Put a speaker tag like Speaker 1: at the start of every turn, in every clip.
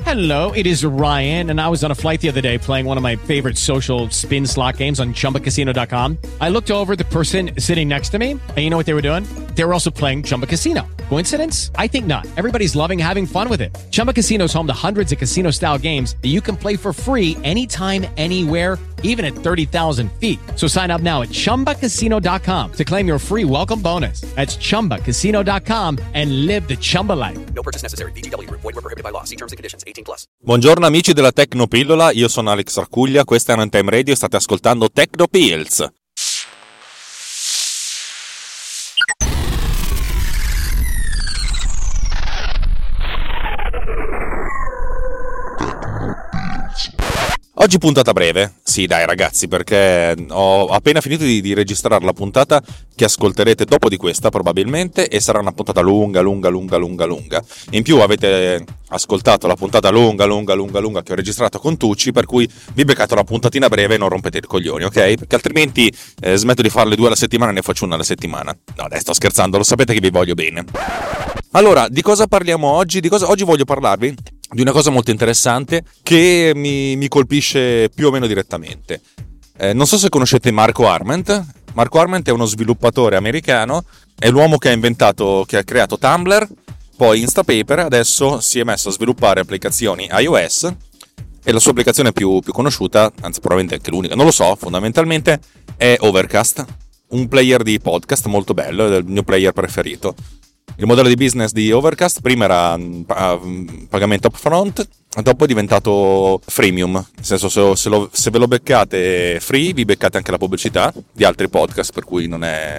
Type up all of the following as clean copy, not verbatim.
Speaker 1: Hello, it is Ryan, and I was on a flight the other day playing one of my favorite social spin slot games on ChumbaCasino.com. I looked over at the person sitting next to me, and you know what they were doing? They were also playing Chumba Casino. Coincidence? I think not. Everybody's loving having fun with it. Chumba Casino is home to hundreds of casino-style games that you can play for free anytime, anywhere, even at 30,000 feet. So sign up now at ChumbaCasino.com to claim your free welcome bonus. That's ChumbaCasino.com and live the Chumba life.
Speaker 2: No purchase necessary. VGW. Void where prohibited by law. See terms and conditions. 18+.
Speaker 3: Buongiorno amici della Tecnopillola, io sono Alex Raccuglia, questa è Runtime Radio e state ascoltando Tecnopills. Oggi puntata breve, sì dai ragazzi, perché ho appena finito di registrare la puntata che ascolterete dopo di questa probabilmente, e sarà una puntata lunga. In più avete ascoltato la puntata lunga che ho registrato con Tucci, per cui vi beccate una puntatina breve e non rompete i coglioni, ok? Perché altrimenti smetto di farle 2 alla settimana e ne faccio una alla settimana. No dai, sto scherzando, lo sapete che vi voglio bene. Allora, di cosa parliamo oggi? Oggi voglio parlarvi di una cosa molto interessante che mi colpisce più o meno direttamente. Non so se conoscete Marco Arment. Marco Arment è uno sviluppatore americano, è l'uomo che ha creato Tumblr, poi Instapaper, adesso si è messo a sviluppare applicazioni iOS e la sua applicazione più conosciuta, anzi probabilmente anche l'unica, non lo so, fondamentalmente è Overcast, un player di podcast molto bello, è il mio player preferito. Il modello di business di Overcast prima era pagamento upfront, dopo è diventato freemium, nel senso se ve lo beccate free vi beccate anche la pubblicità di altri podcast, per cui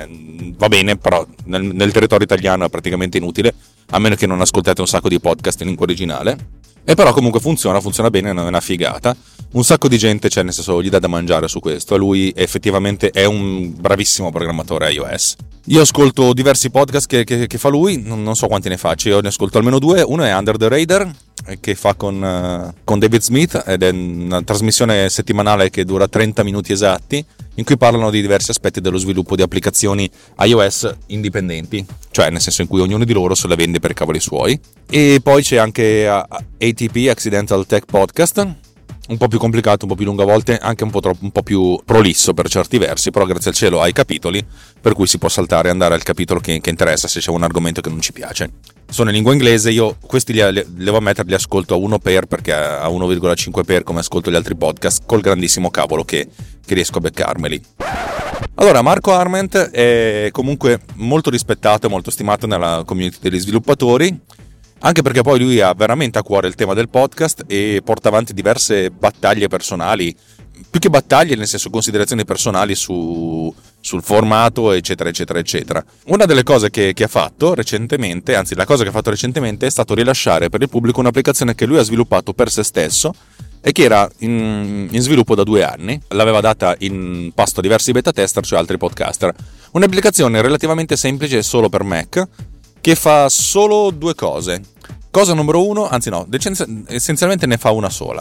Speaker 3: va bene, però nel territorio italiano è praticamente inutile, a meno che non ascoltate un sacco di podcast in lingua originale. E però comunque funziona bene, è una figata. Un sacco di gente, nel senso, gli dà da mangiare su questo. Lui effettivamente è un bravissimo programmatore iOS. Io ascolto diversi podcast che fa lui, non so quanti ne faccio, io ne ascolto almeno 2. Uno è Under the Radar, che fa con David Smith, ed è una trasmissione settimanale che dura 30 minuti esatti, in cui parlano di diversi aspetti dello sviluppo di applicazioni iOS indipendenti, cioè nel senso in cui ognuno di loro se la vende per i cavoli suoi. E poi c'è anche ATP, Accidental Tech Podcast, un po' più complicato, un po' più lungo a volte, anche un po' più prolisso per certi versi, però grazie al cielo ha i capitoli, per cui si può saltare e andare al capitolo che interessa se c'è un argomento che non ci piace. Sono in lingua inglese, io questi li ascolto a 1 per, perché a 1,5 per, come ascolto gli altri podcast, col grandissimo cavolo che riesco a beccarmeli. Allora, Marco Arment è comunque molto rispettato e molto stimato nella community degli sviluppatori, anche perché poi lui ha veramente a cuore il tema del podcast e porta avanti diverse battaglie personali, più che battaglie nel senso considerazioni personali sul formato, eccetera. Una delle cose che ha fatto recentemente, anzi la cosa che ha fatto recentemente, è stato rilasciare per il pubblico un'applicazione che lui ha sviluppato per se stesso e che era in sviluppo da 2 anni. L'aveva data in pasto a diversi beta tester, cioè altri podcaster. Un'applicazione relativamente semplice solo per Mac, che fa solo 2 cose. Cosa numero 1, anzi no, essenzialmente ne fa una sola.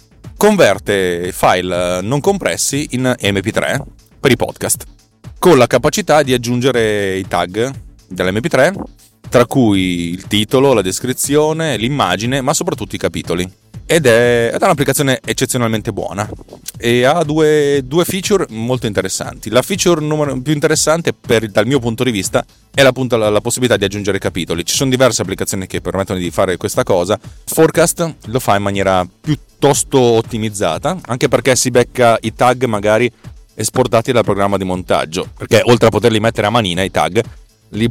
Speaker 3: Converte file non compressi in MP3 per i podcast, con la capacità di aggiungere i tag dell'MP3, tra cui il titolo, la descrizione, l'immagine, ma soprattutto i capitoli. Ed è un'applicazione eccezionalmente buona e ha due feature molto interessanti. La feature più interessante dal mio punto di vista è appunto la possibilità di aggiungere capitoli. Ci sono diverse applicazioni che permettono di fare questa cosa. Forecast lo fa in maniera piuttosto ottimizzata, anche perché si becca i tag magari esportati dal programma di montaggio, perché oltre a poterli mettere a manina i tag, si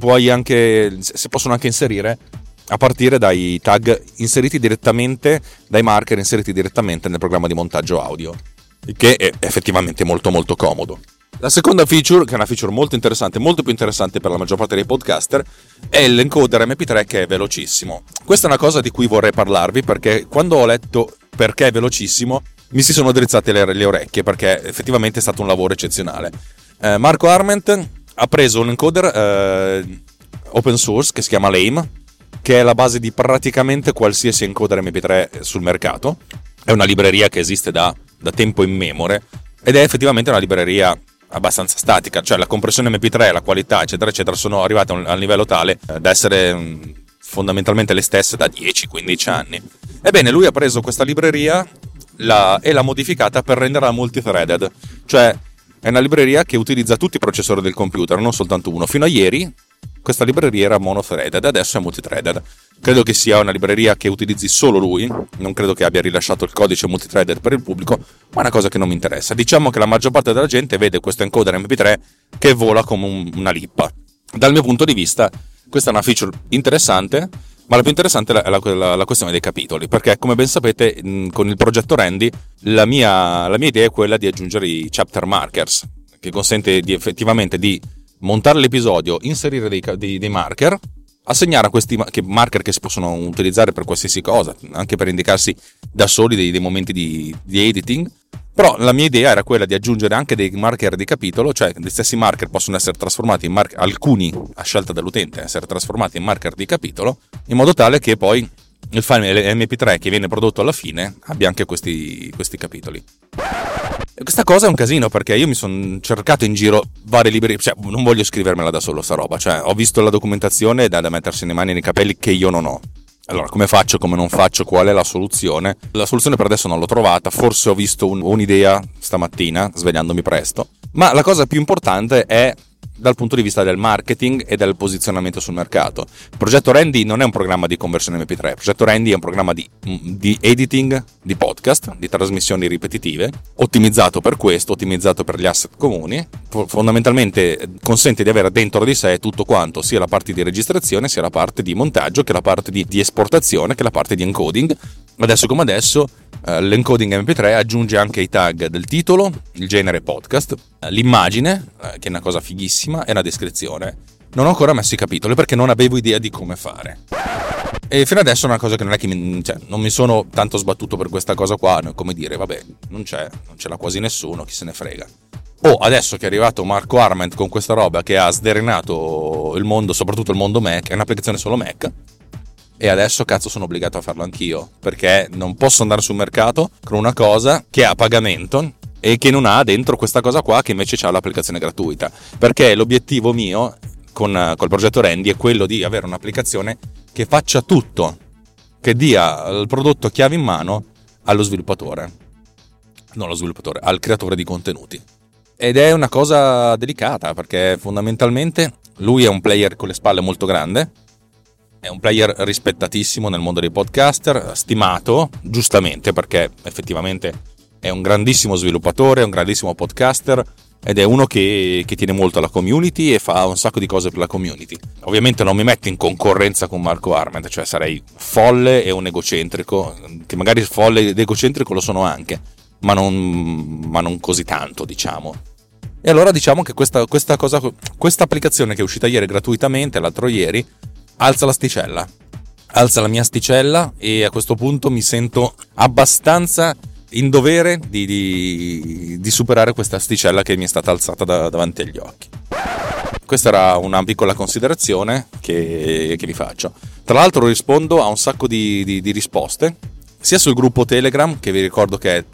Speaker 3: possono anche inserire a partire dai tag inseriti direttamente, dai marker inseriti direttamente nel programma di montaggio audio, il che è effettivamente molto molto comodo. La seconda feature, che è una feature molto interessante, molto più interessante per la maggior parte dei podcaster, è l'encoder MP3, che è velocissimo. Questa è una cosa di cui vorrei parlarvi, perché quando ho letto perché è velocissimo mi si sono drizzate le orecchie, perché effettivamente è stato un lavoro eccezionale. Marco Arment ha preso un encoder open source che si chiama Lame, che è la base di praticamente qualsiasi encoder MP3 sul mercato. È una libreria che esiste da tempo immemore ed è effettivamente una libreria abbastanza statica, cioè la compressione MP3, la qualità eccetera eccetera sono arrivate a un livello tale da essere fondamentalmente le stesse da 10-15 anni. Ebbene, lui ha preso questa libreria e l'ha modificata per renderla multithreaded, cioè è una libreria che utilizza tutti i processori del computer, non soltanto uno. Fino a ieri questa libreria era monothreaded, adesso è multithreaded. Credo che sia una libreria che utilizzi solo lui, non credo che abbia rilasciato il codice multithreaded per il pubblico, ma è una cosa che non mi interessa. Diciamo che la maggior parte della gente vede questo encoder MP3 che vola come una lippa. Dal mio punto di vista questa è una feature interessante, ma la più interessante è la questione dei capitoli, perché come ben sapete con il progetto Randy la mia idea è quella di aggiungere i chapter markers, che consente effettivamente di montare l'episodio, inserire dei marker, assegnare a questi marker che si possono utilizzare per qualsiasi cosa, anche per indicarsi da soli dei momenti di editing. Però la mia idea era quella di aggiungere anche dei marker di capitolo, cioè gli stessi marker possono essere trasformati in marker, alcuni a scelta dell'utente essere trasformati in marker di capitolo, in modo tale che poi il file MP3 che viene prodotto alla fine abbia anche questi capitoli. E questa cosa è un casino, perché io mi sono cercato in giro varie librerie, cioè non voglio scrivermela da solo sta roba, cioè ho visto la documentazione da mettersi le mani nei capelli che io non ho. Allora, come faccio, come non faccio, qual è la soluzione? La soluzione per adesso non l'ho trovata, forse ho visto un'idea stamattina, svegliandomi presto, ma la cosa più importante è dal punto di vista del marketing e del posizionamento sul mercato. Il progetto Randy non è un programma di conversione MP3, il progetto Randy è un programma di editing, di podcast, di trasmissioni ripetitive, ottimizzato per questo, ottimizzato per gli asset comuni, fondamentalmente consente di avere dentro di sé tutto quanto, sia la parte di registrazione, sia la parte di montaggio, che la parte di esportazione, che la parte di encoding. Adesso come adesso l'encoding MP3 aggiunge anche i tag del titolo, il genere podcast, l'immagine, che è una cosa fighissima, e la descrizione. Non ho ancora messo i capitoli perché non avevo idea di come fare. E fino adesso è una cosa che non è che non mi sono tanto sbattuto per questa cosa qua, come dire, vabbè, non ce l'ha quasi nessuno, chi se ne frega. Adesso che è arrivato Marco Arment con questa roba che ha sdrenato il mondo, soprattutto il mondo Mac, è un'applicazione solo Mac, e adesso cazzo sono obbligato a farlo anch'io, perché non posso andare sul mercato con una cosa che è a pagamento e che non ha dentro questa cosa qua che invece ha l'applicazione gratuita, perché l'obiettivo mio col progetto Randy è quello di avere un'applicazione che faccia tutto, che dia il prodotto chiave in mano allo sviluppatore, non allo sviluppatore, al creatore di contenuti. Ed è una cosa delicata, perché fondamentalmente lui è un player con le spalle molto grande, è un player rispettatissimo nel mondo dei podcaster, stimato, giustamente, perché effettivamente è un grandissimo sviluppatore, è un grandissimo podcaster, ed è uno che tiene molto alla community e fa un sacco di cose per la community. Ovviamente non mi metto in concorrenza con Marco Arment, cioè sarei folle e un egocentrico, che magari folle ed egocentrico lo sono anche, ma non così tanto, diciamo. E allora diciamo che questa applicazione che è uscita ieri gratuitamente, l'altro ieri, alza la mia asticella, e a questo punto mi sento abbastanza in dovere di superare questa asticella che mi è stata alzata davanti agli occhi. Questa era una piccola considerazione che vi faccio. Tra l'altro rispondo a un sacco di risposte, sia sul gruppo Telegram, che vi ricordo che è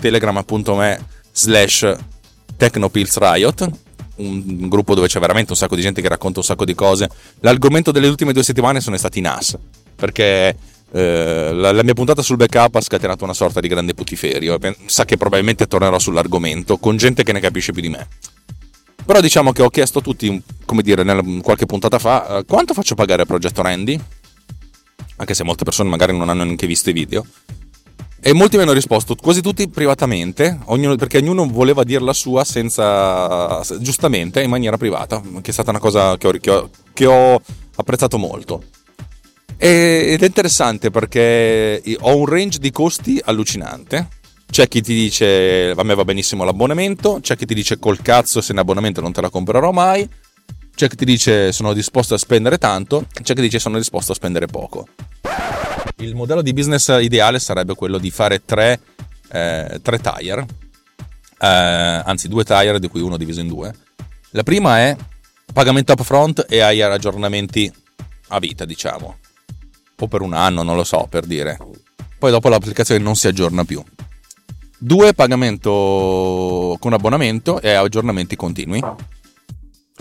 Speaker 3: telegram.me/technopillsriot, un gruppo dove c'è veramente un sacco di gente che racconta un sacco di cose. L'argomento delle ultime 2 settimane sono stati NAS, perché la mia puntata sul backup ha scatenato una sorta di grande putiferio. Sa che probabilmente tornerò sull'argomento con gente che ne capisce più di me. Però diciamo che ho chiesto a tutti, come dire, qualche puntata fa, quanto faccio pagare al progetto Randy, anche se molte persone magari non hanno neanche visto i video. E molti mi hanno risposto, quasi tutti privatamente, perché ognuno voleva dire la sua giustamente, in maniera privata, che è stata una cosa che ho apprezzato molto. Ed è interessante perché ho un range di costi allucinante. C'è chi ti dice a me va benissimo l'abbonamento, c'è chi ti dice col cazzo se in abbonamento non te la comprerò mai, c'è chi ti dice sono disposto a spendere tanto, c'è chi dice sono disposto a spendere poco. Il modello di business ideale sarebbe quello di fare 3 tire, anzi 2 tire di cui uno diviso in 2. La prima è pagamento upfront e hai aggiornamenti a vita, diciamo, o per un anno, non lo so, per dire. Poi dopo l'applicazione non si aggiorna più. 2 pagamento con abbonamento e aggiornamenti continui, e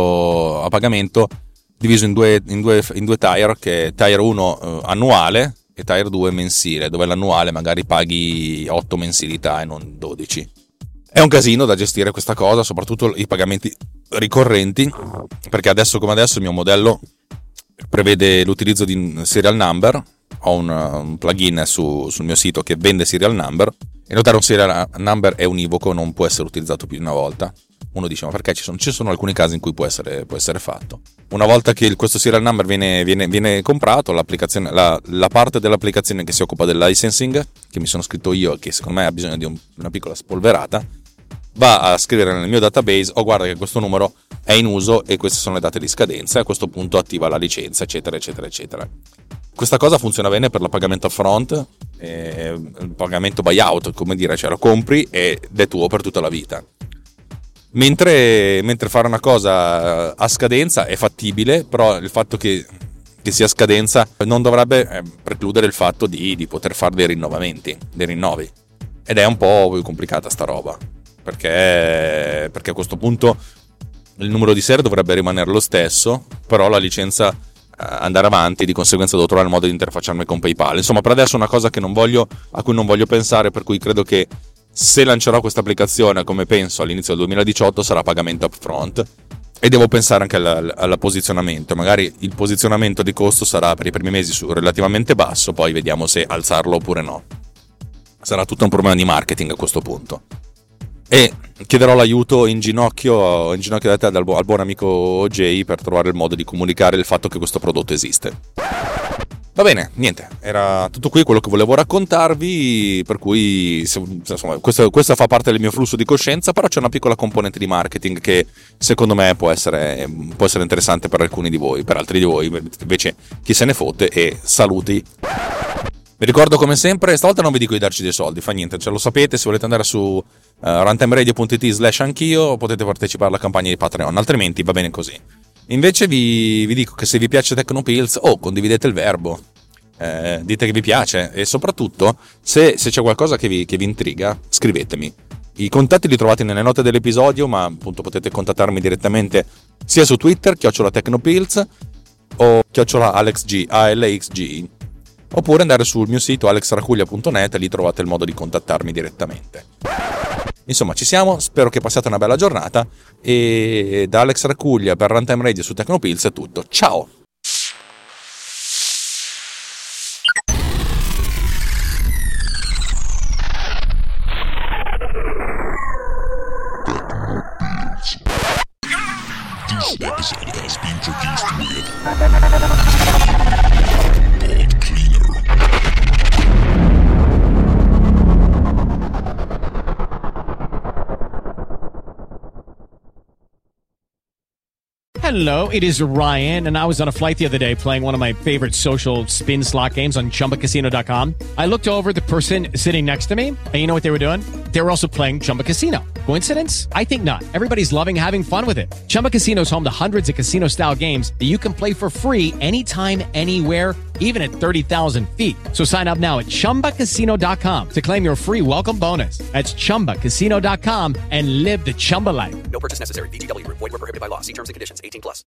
Speaker 3: l'abbonamento a pagamento diviso in due tire, che tire 1 annuale e Tier 2 mensile, dove l'annuale magari paghi 8 mensilità e non 12. È un casino da gestire questa cosa, soprattutto i pagamenti ricorrenti, perché adesso come adesso il mio modello prevede l'utilizzo di un serial number. Ho un plugin sul mio sito che vende serial number, e notare un serial number è univoco, non può essere utilizzato più di una volta. Uno dice, ma perché ci sono alcuni casi in cui può essere fatto. Una volta che questo serial number viene comprato, l'applicazione, la parte dell'applicazione che si occupa del licensing, che mi sono scritto io, che secondo me ha bisogno di una piccola spolverata, va a scrivere nel mio database: oh, guarda che questo numero è in uso e queste sono le date di scadenza, e a questo punto attiva la licenza, eccetera eccetera eccetera. Questa cosa funziona bene per il pagamento upfront, il pagamento buyout, come dire, cioè lo compri ed è tuo per tutta la vita. Mentre fare una cosa a scadenza è fattibile, però il fatto che sia a scadenza non dovrebbe precludere il fatto di poter fare dei rinnovi. Ed è un po' più complicata sta roba, perché a questo punto il numero di serie dovrebbe rimanere lo stesso, però la licenza andare avanti, di conseguenza devo trovare il modo di interfacciarmi con PayPal. Insomma, per adesso è una cosa a cui non voglio pensare, per cui credo che se lancerò questa applicazione, come penso all'inizio del 2018, sarà pagamento upfront, e devo pensare anche al posizionamento. Magari il posizionamento di costo sarà per i primi mesi relativamente basso, poi vediamo se alzarlo oppure no. Sarà tutto un problema di marketing a questo punto. E chiederò l'aiuto in ginocchio da te, al buon amico Jay, per trovare il modo di comunicare il fatto che questo prodotto esiste. Va bene, niente, era tutto qui quello che volevo raccontarvi, per cui insomma, questo fa parte del mio flusso di coscienza, però c'è una piccola componente di marketing che secondo me può essere interessante per alcuni di voi, per altri di voi invece chi se ne fotte, e saluti. Vi ricordo come sempre, stavolta non vi dico di darci dei soldi, fa niente, ce lo sapete. Se volete andare su runtimeradio.it/anch'io potete partecipare alla campagna di Patreon, altrimenti va bene così. Invece vi dico che se vi piace Tecnopills, condividete il verbo, dite che vi piace, e soprattutto se c'è qualcosa che vi intriga, scrivetemi. I contatti li trovate nelle note dell'episodio, ma appunto potete contattarmi direttamente sia su Twitter @Tecnopills o @AlexG, oppure andare sul mio sito alexracuglia.net, lì trovate il modo di contattarmi direttamente. Insomma, ci siamo, spero che passiate una bella giornata, e da Alex Racuglia per Runtime Radio su Tecnopills è tutto. Ciao!
Speaker 4: This episode has been produced with
Speaker 1: Hello, it is Ryan, and I was on a flight the other day playing one of my favorite social spin slot games on ChumbaCasino.com. I looked over at the person sitting next to me, and you know what they were doing? They were also playing Chumba Casino. Coincidence? I think not. Everybody's loving having fun with it. Chumba Casino is home to hundreds of casino-style games that you can play for free anytime, anywhere, even at 30,000 feet. So sign up now at ChumbaCasino.com to claim your free welcome bonus. That's ChumbaCasino.com and live the Chumba life.
Speaker 2: No purchase necessary. VGW Group. Void where prohibited by law. See terms and conditions. 18+.